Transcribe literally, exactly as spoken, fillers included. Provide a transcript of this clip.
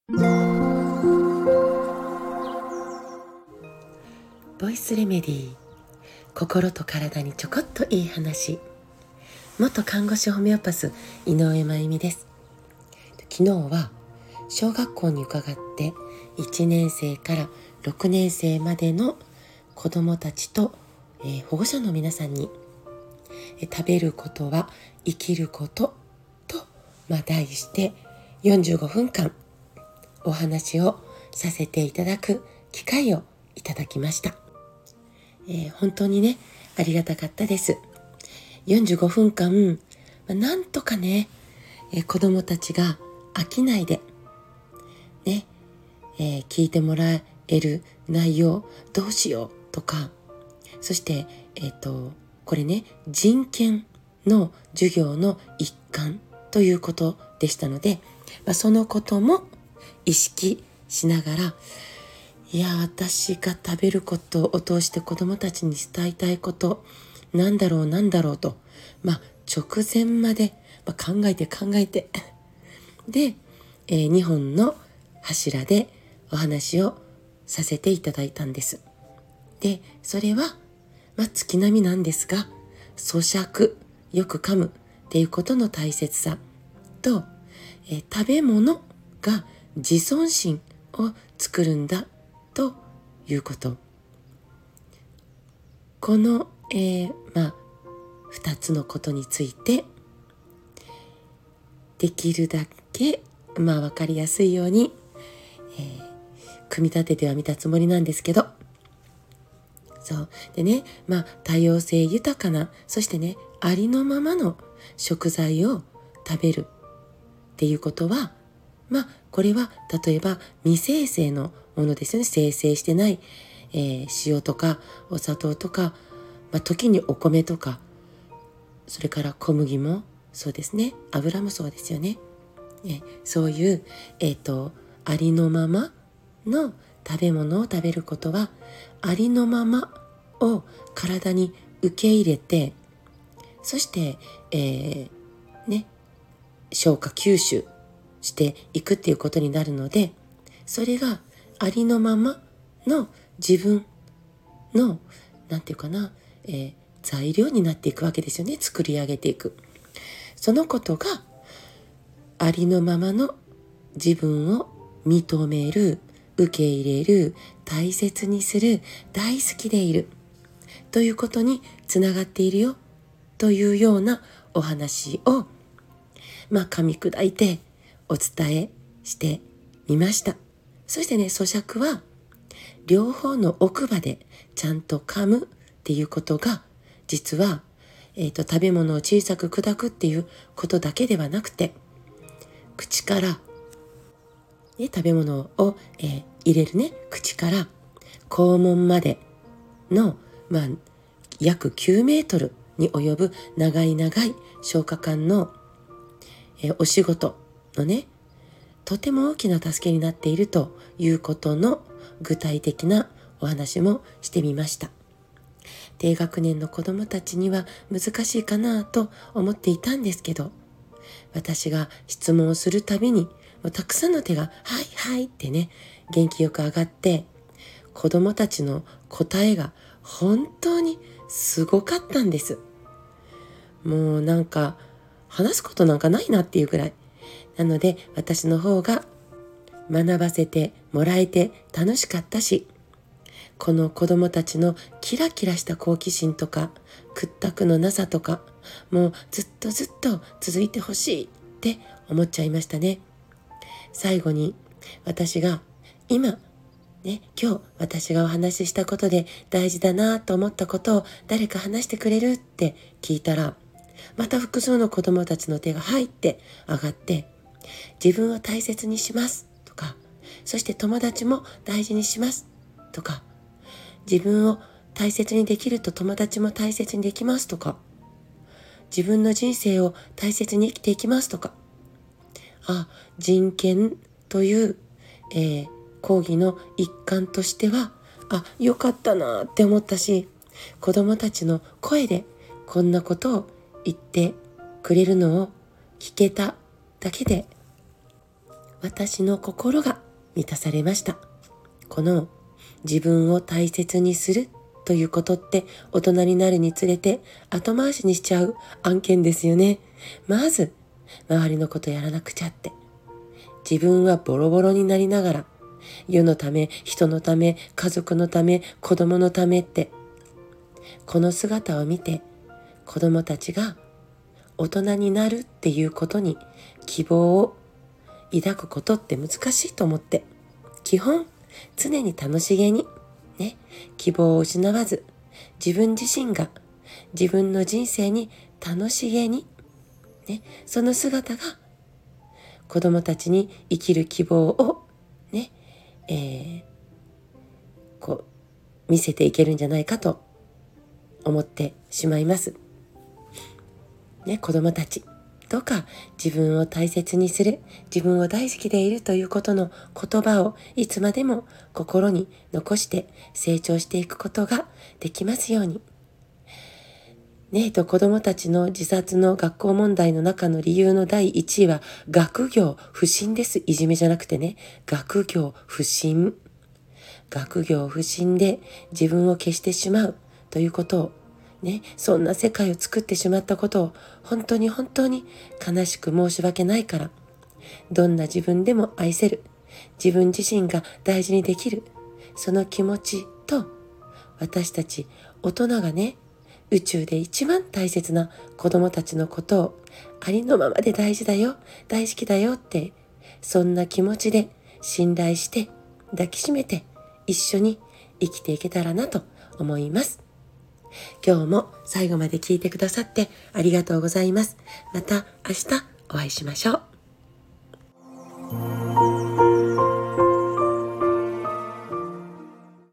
ボイスレメディー、心と体にちょこっといい話。元看護師ホメオパス井上真由美です。昨日は小学校に伺っていちねん生からろくねん生までの子どもたちと、えー、保護者の皆さんに、えー、食べることは生きることと、まあ、題してよんじゅうごふんかんお話をさせていただく機会をいただきました。えー、本当にね、ありがたかったです。よんじゅうごふんかん、まあ、なんとかね、えー、子どもたちが飽きないで、ねえー、聞いてもらえる内容どうしようとか、そして、えーと、これね、人権の授業の一環ということでしたので、まあ、そのことも意識しながら、いや私が食べることを通して子どもたちに伝えたいことなんだろうなんだろうと、まあ、直前まで、まあ、考えて考えてで、えー、にほんの柱でお話をさせていただいたんです。でそれは、まあ、月並みなんですが、咀嚼、よく噛むっていうことの大切さと、えー、食べ物が自尊心を作るんだということ、この、えー、まあふたつのことについてできるだけ、まあ、分かりやすいように、えー、組み立ててはみたつもりなんですけど、そうでね、まあ多様性豊かな、そしてねありのままの食材を食べるっていうことは、まあこれは例えば未生成のものですよね。生成してない、えー、塩とかお砂糖とか、まあ、時にお米とか、それから小麦もそうですね、油もそうですよね。えそういう、えーと、ありのままの食べ物を食べることは、ありのままを体に受け入れて、そして、えー、ね、消化吸収していくっていうことになるので、それがありのままの自分のなんていうかな、えー、材料になっていくわけですよね。作り上げていく、そのことがありのままの自分を認める、受け入れる、大切にする、大好きでいるということにつながっているよというようなお話を、まあ噛み砕いてお伝えしてみました。そしてね、咀嚼は両方の奥歯でちゃんと噛むっていうことが、実は、えーと、食べ物を小さく砕くっていうことだけではなくて、口から、ね、食べ物を、えー、入れるね、口から肛門までの、まあ、約きゅうメートルに及ぶ長い長い消化管の、えー、お仕事のね、とても大きな助けになっているということの具体的なお話もしてみました。低学年の子どもたちには難しいかなと思っていたんですけど、私が質問をするたびにたくさんの手がはいはいってね、元気よく上がって、子どもたちの答えが本当にすごかったんです。もうなんか話すことなんかないなっていうくらい。なので私の方が学ばせてもらえて楽しかったし、この子どもたちのキラキラした好奇心とか屈託のなさとか、もうずっとずっと続いてほしいって思っちゃいましたね。最後に私が今ね、今日私がお話ししたことで大事だなと思ったことを誰か話してくれるって聞いたら、また複数の子どもたちの手が入って上がって、自分を大切にしますとか、そして友達も大事にしますとか、自分を大切にできると友達も大切にできますとか、自分の人生を大切に生きていきますとか、あ、人権という、えー、講義の一環としては、あ、よかったなって思ったし、子どもたちの声でこんなことを言ってくれるのを聞けただけで、 私の心が満たされました。この自分を大切にするということって大人になるにつれて後回しにしちゃう案件ですよね。まず周りのことやらなくちゃって。自分はボロボロになりながら世のため、人のため、家族のため、子供のためって、この姿を見て子供たちが大人になるっていうことに希望を抱くことって難しいと思って、基本常に楽しげにね、希望を失わず自分自身が自分の人生に楽しげにね、その姿が子供たちに生きる希望をね、えー、こう見せていけるんじゃないかと思ってしまいます。ね、子供たちどうか自分を大切にする、自分を大好きでいるということの言葉をいつまでも心に残して成長していくことができますように。ねえと、子供たちの自殺の学校問題の中の理由のだいいちいは学業不振です。いじめじゃなくてね、学業不振。学業不振で自分を消してしまうということをね、そんな世界を作ってしまったことを本当に本当に悲しく申し訳ないから、どんな自分でも愛せる、自分自身が大事にできる、その気持ちと、私たち大人がね、宇宙で一番大切な子供たちのことをありのままで大事だよ、大好きだよって、そんな気持ちで信頼して抱きしめて一緒に生きていけたらなと思います。今日も最後まで聞いてくださってありがとうございます。また明日お会いしましょう。